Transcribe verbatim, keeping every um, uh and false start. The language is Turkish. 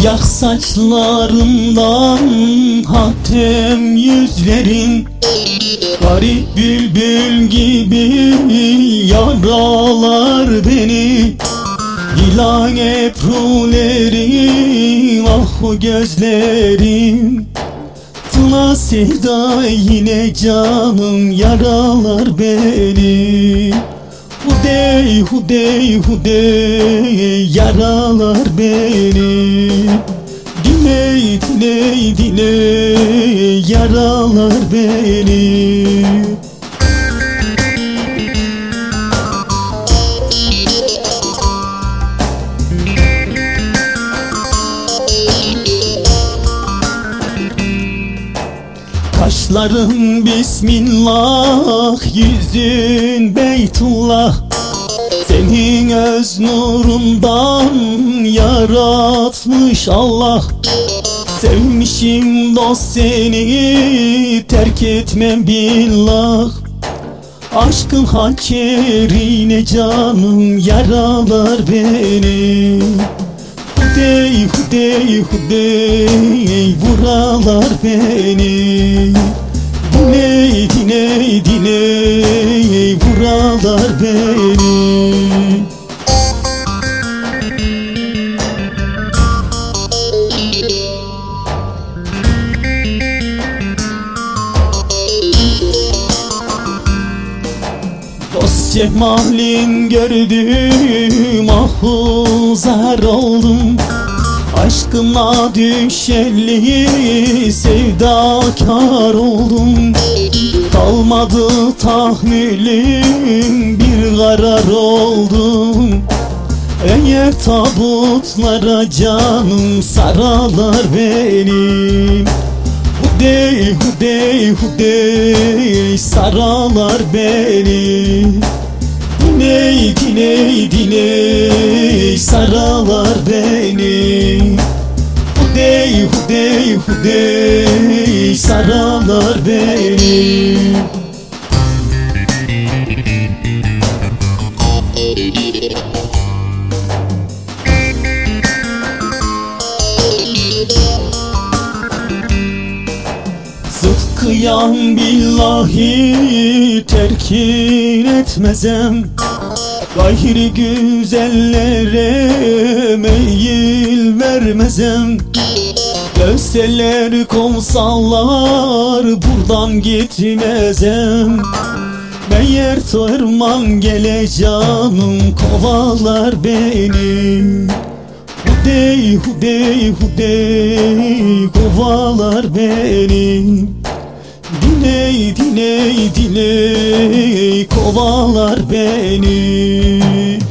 Yak saçlarından hatem yüzlerin, garip bülbül gibi yaralar beni. Hilal ebrulerin, ah o gözlerin, tına sevda yine canım yaralar beni. Hudey hudey hudey yaralar beni. Diney diney diney yaralar beni. Kaşların Bismillah, yüzün Beytullah. Senin öz nurundan yaratmış Allah. Sevmişim dost seni, terk etmem billah. Aşkın hançerine canım yaralar beni. Hudey hudey hudey vuralar beni. Diney diney diney vuralar beni. Dost cemalin gördüm, ahuzar oldum. Aşkına düşeli sevdakar oldum. Kalmadı tahammülüm, bir karar oldum. Eğer tabutlara canım saralar benim. Hudey hudey hudey saralar beni. Diney diney diney saralar beni. Hudey hudey hudey saralar beni. Kıyam billahi terkin etmezem. Gayri güzellere meyil vermezem. Dövseler kovsalar buradan gitmezem. Meğer tırman gele canım kovalar beni. Hudey hudey hudey kovalar beni. Diney diney diney kovalar beni.